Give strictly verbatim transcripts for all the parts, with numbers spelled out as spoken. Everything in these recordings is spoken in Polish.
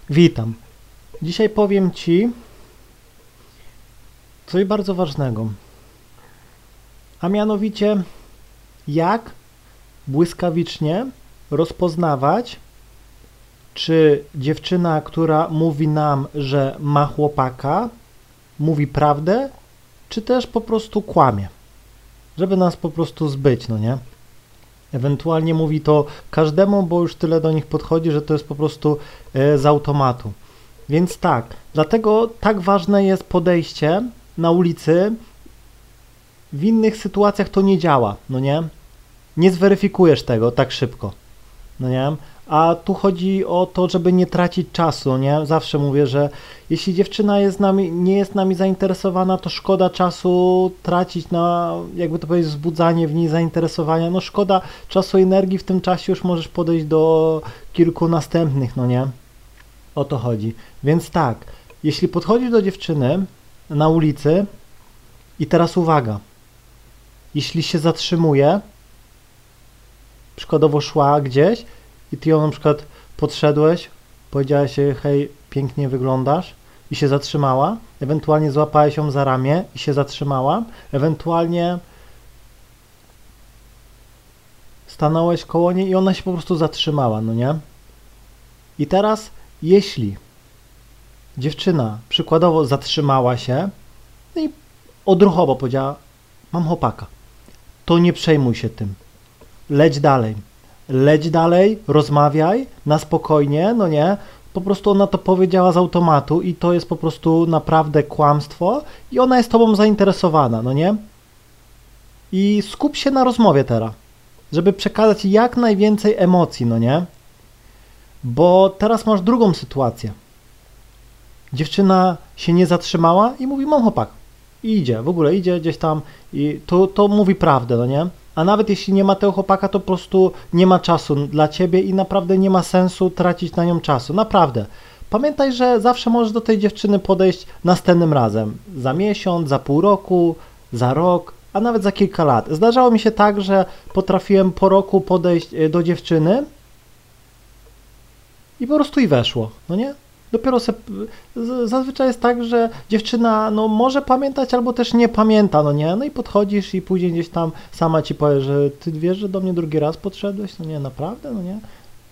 Witam. Dzisiaj powiem Ci coś bardzo ważnego, a mianowicie jak błyskawicznie rozpoznawać, czy dziewczyna, która mówi nam, że ma chłopaka, mówi prawdę, czy też po prostu kłamie, żeby nas po prostu zbyć, no nie? Ewentualnie mówi to każdemu, bo już tyle do nich podchodzi, że to jest po prostu e, z automatu. Więc tak, dlatego tak ważne jest podejście na ulicy. W innych sytuacjach to nie działa, no nie? Nie zweryfikujesz tego tak szybko, no nie? A tu chodzi o to, żeby nie tracić czasu, nie? Zawsze mówię, że jeśli dziewczyna jest nami, nie jest nami zainteresowana, to szkoda czasu tracić na, jakby to powiedzieć, wzbudzanie w niej zainteresowania. No szkoda czasu i energii, w tym czasie już możesz podejść do kilku następnych, no nie? O to chodzi. Więc tak, jeśli podchodzisz do dziewczyny na ulicy i teraz uwaga, jeśli się zatrzymuje, przykładowo szła gdzieś i ty ją na przykład podszedłeś, powiedziałeś jej, hej, pięknie wyglądasz i się zatrzymała, ewentualnie złapałeś ją za ramię i się zatrzymała, ewentualnie stanąłeś koło niej i ona się po prostu zatrzymała, no nie? I teraz, jeśli dziewczyna przykładowo zatrzymała się no i odruchowo powiedziała, mam chłopaka, to nie przejmuj się tym, leć dalej. Leć dalej, rozmawiaj na spokojnie, no nie, po prostu ona to powiedziała z automatu i to jest po prostu naprawdę kłamstwo i ona jest tobą zainteresowana, no nie? I skup się na rozmowie teraz, żeby przekazać jak najwięcej emocji, no nie? Bo teraz masz drugą sytuację. Dziewczyna się nie zatrzymała i mówi, mam chłopak. I idzie, w ogóle idzie gdzieś tam i to, to mówi prawdę, no nie? A nawet jeśli nie ma tego chłopaka, to po prostu nie ma czasu dla ciebie i naprawdę nie ma sensu tracić na nią czasu. Naprawdę. Pamiętaj, że zawsze możesz do tej dziewczyny podejść następnym razem. Za miesiąc, za pół roku, za rok, a nawet za kilka lat. Zdarzało mi się tak, że potrafiłem po roku podejść do dziewczyny i po prostu i weszło, no nie? Dopiero se, zazwyczaj jest tak, że dziewczyna no może pamiętać albo też nie pamięta, no nie? No i podchodzisz i później gdzieś tam sama ci powie, że ty wiesz, że do mnie drugi raz podszedłeś, no nie, naprawdę, no nie?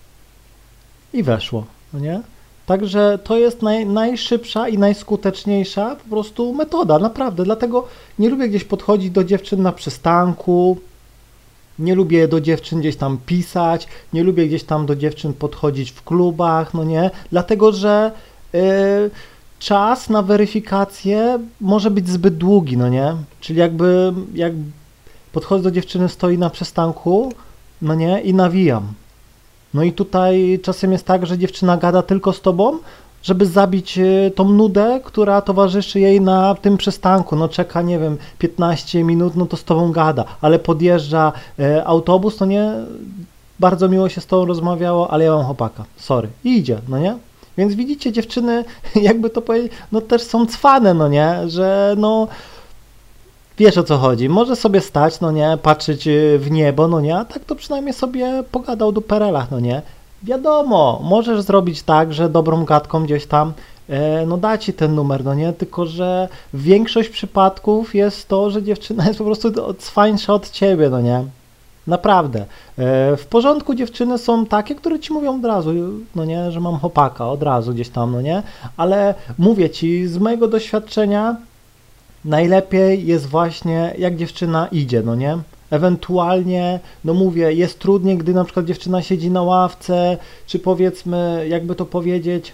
I weszło, no nie? Także to jest naj, najszybsza i najskuteczniejsza po prostu metoda, naprawdę, dlatego nie lubię gdzieś podchodzić do dziewczyn na przystanku, nie lubię do dziewczyn gdzieś tam pisać, nie lubię gdzieś tam do dziewczyn podchodzić w klubach, no nie, dlatego że y, czas na weryfikację może być zbyt długi, no nie, czyli jakby jak podchodzę do dziewczyny, stoi na przystanku, no nie, i nawijam. No i tutaj czasem jest tak, że dziewczyna gada tylko z tobą, żeby zabić tą nudę, która towarzyszy jej na tym przystanku. No czeka, nie wiem, piętnaście minut, no to z tobą gada, ale podjeżdża e, autobus, to nie, bardzo miło się z tobą rozmawiało, ale ja mam chłopaka, sorry. I idzie, no nie? Więc widzicie, dziewczyny, jakby to powiedzieć, no też są cwane, no nie? Że no, wiesz o co chodzi, może sobie stać, no nie, patrzeć w niebo, no nie, a tak to przynajmniej sobie pogadał do perelach, no nie? Wiadomo, możesz zrobić tak, że dobrą gadką gdzieś tam e, no da ci ten numer, no nie, tylko że większość przypadków jest to, że dziewczyna jest po prostu cwańsza od ciebie, no nie, naprawdę. E, w porządku dziewczyny są takie, które ci mówią od razu, no nie, że mam chłopaka, od razu gdzieś tam, no nie, ale mówię ci, z mojego doświadczenia najlepiej jest właśnie jak dziewczyna idzie, no nie. Ewentualnie, no mówię, jest trudniej, gdy na przykład dziewczyna siedzi na ławce, czy powiedzmy, jakby to powiedzieć,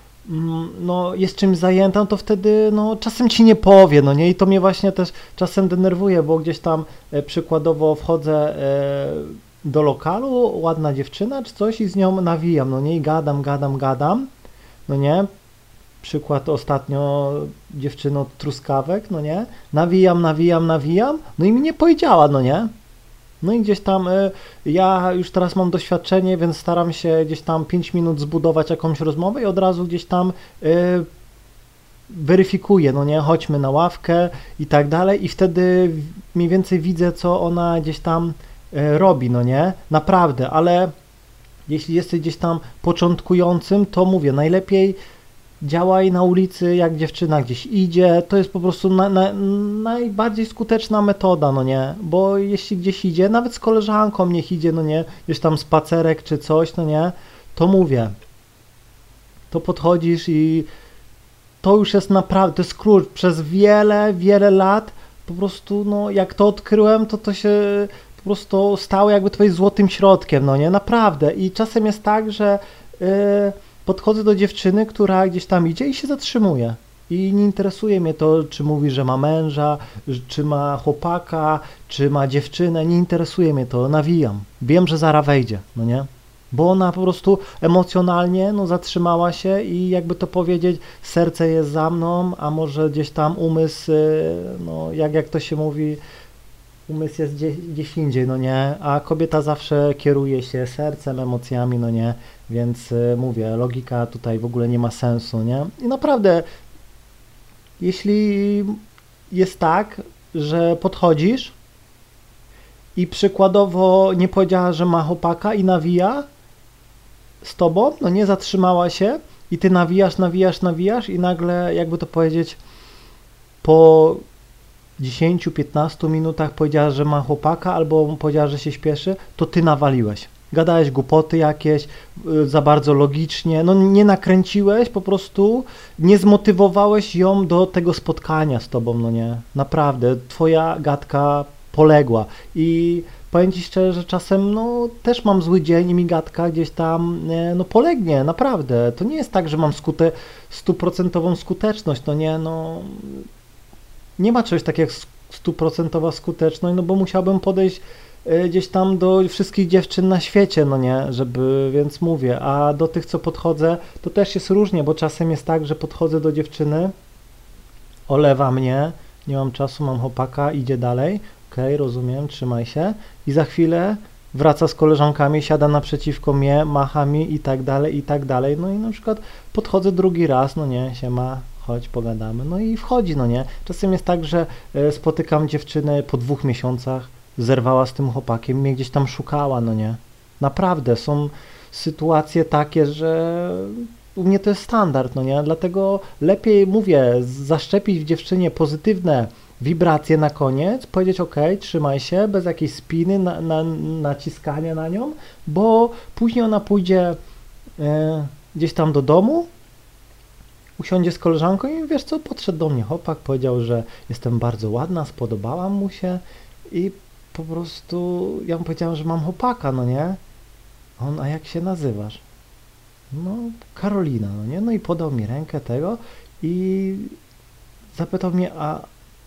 no jest czymś zajęta, no to wtedy no czasem ci nie powie, no nie, i to mnie właśnie też czasem denerwuje, bo gdzieś tam e, przykładowo wchodzę e, do lokalu, ładna dziewczyna czy coś i z nią nawijam, no nie, i gadam, gadam, gadam, no nie, przykład ostatnio dziewczyny od truskawek, no nie, nawijam, nawijam, nawijam, no i mi nie powiedziała, no nie, no i gdzieś tam y, ja już teraz mam doświadczenie, więc staram się gdzieś tam pięć minut zbudować jakąś rozmowę i od razu gdzieś tam y, weryfikuję, no nie, chodźmy na ławkę i tak dalej i wtedy mniej więcej widzę, co ona gdzieś tam y, robi, no nie, naprawdę, ale Jeśli jesteś gdzieś tam początkującym, to mówię, najlepiej działaj na ulicy, jak dziewczyna gdzieś idzie, to jest po prostu na, na, najbardziej skuteczna metoda, no nie, bo jeśli gdzieś idzie, nawet z koleżanką niech idzie, no nie, gdzieś tam spacerek czy coś, no nie, to mówię, to podchodzisz i to już jest naprawdę, to jest klucz, przez wiele, wiele lat po prostu, no jak to odkryłem, to to się po prostu stało jakby twoim złotym środkiem, no nie, naprawdę i czasem jest tak, że yy, podchodzę do dziewczyny, która gdzieś tam idzie i się zatrzymuje. I nie interesuje mnie to, czy mówi, że ma męża, czy ma chłopaka, czy ma dziewczynę. Nie interesuje mnie to, nawijam. Wiem, że zaraz wejdzie, no nie? Bo ona po prostu emocjonalnie no, zatrzymała się i jakby to powiedzieć, serce jest za mną, a może gdzieś tam umysł, no jak, jak to się mówi, umysł jest gdzieś, gdzieś indziej, no nie, a kobieta zawsze kieruje się sercem, emocjami, no nie, więc y, mówię, logika tutaj w ogóle nie ma sensu, nie, i naprawdę, jeśli jest tak, że podchodzisz i przykładowo nie powiedziała, że ma chłopaka i nawija z tobą, no nie, zatrzymała się i ty nawijasz, nawijasz, nawijasz i nagle, jakby to powiedzieć, po dziesięciu piętnastu minutach powiedziała, że ma chłopaka, albo powiedziała, że się śpieszy, to ty nawaliłeś. Gadałeś głupoty jakieś, yy, za bardzo logicznie, no nie nakręciłeś, po prostu nie zmotywowałeś ją do tego spotkania z tobą, no nie. Naprawdę, twoja gadka poległa i powiem ci szczerze, że czasem no też mam zły dzień i mi gadka gdzieś tam e, no polegnie, naprawdę. To nie jest tak, że mam skute, stuprocentową skuteczność, no nie, no nie ma czegoś takiego jak stuprocentowa skuteczność, no bo musiałbym podejść y, gdzieś tam do wszystkich dziewczyn na świecie, no nie, żeby, więc mówię, a do tych, co podchodzę, to też jest różnie, bo czasem jest tak, że podchodzę do dziewczyny, olewa mnie, nie mam czasu, mam chłopaka, idzie dalej, okej, okay, rozumiem, trzymaj się i za chwilę wraca z koleżankami, siada naprzeciwko mnie, macha mi i tak dalej, i tak dalej, no i na przykład podchodzę drugi raz, no nie, siema, chodź, pogadamy, no i wchodzi, no nie. Czasem jest tak, że e, spotykam dziewczynę po dwóch miesiącach, zerwała z tym chłopakiem, mnie gdzieś tam szukała, no nie. Naprawdę, są sytuacje takie, że u mnie to jest standard, no nie. Dlatego lepiej, mówię, zaszczepić w dziewczynie pozytywne wibracje na koniec, powiedzieć ok, trzymaj się, bez jakiejś spiny, na, na, naciskania na nią, bo później ona pójdzie e, gdzieś tam do domu, usiądzie z koleżanką i wiesz co, podszedł do mnie chłopak, powiedział, że jestem bardzo ładna, spodobałam mu się i po prostu ja mu powiedziałem, że mam chłopaka, no nie? On, a jak się nazywasz? No, Karolina, no nie? No i podał mi rękę tego i zapytał mnie, a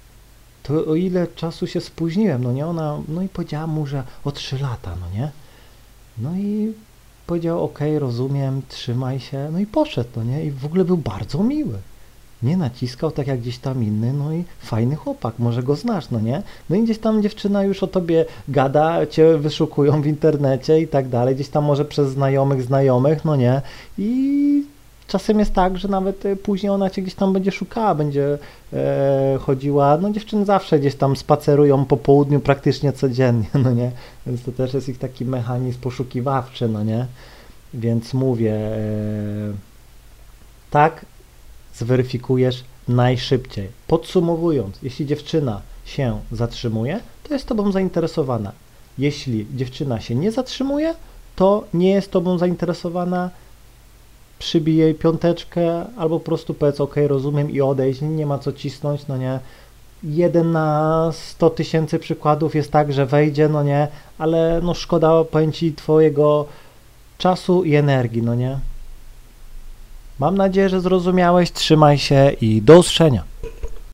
to o ile czasu się spóźniłem, no nie? Ona, no i powiedziała mu, że o trzy lata, no nie? No i powiedział, ok, rozumiem, trzymaj się, no i poszedł, no nie, i w ogóle był bardzo miły, nie naciskał tak jak gdzieś tam inny, no i fajny chłopak, może go znasz, no nie, no i gdzieś tam dziewczyna już o tobie gada, cię wyszukują w internecie i tak dalej, gdzieś tam może przez znajomych, znajomych, no nie, i czasem jest tak, że nawet później ona cię gdzieś tam będzie szukała, będzie e, chodziła, no dziewczyny zawsze gdzieś tam spacerują po południu praktycznie codziennie, no nie, więc to też jest ich taki mechanizm poszukiwawczy, no nie, więc mówię, e, tak zweryfikujesz najszybciej. Podsumowując, jeśli dziewczyna się zatrzymuje, to jest tobą zainteresowana. Jeśli dziewczyna się nie zatrzymuje, to nie jest tobą zainteresowana, przybij jej piąteczkę, albo po prostu powiedz ok, rozumiem i odejdź, nie ma co cisnąć, no nie. Jeden na sto tysięcy przykładów jest tak, że wejdzie, no nie, ale no szkoda, powiem ci, twojego czasu i energii, no nie. Mam nadzieję, że zrozumiałeś, trzymaj się i do usłyszenia.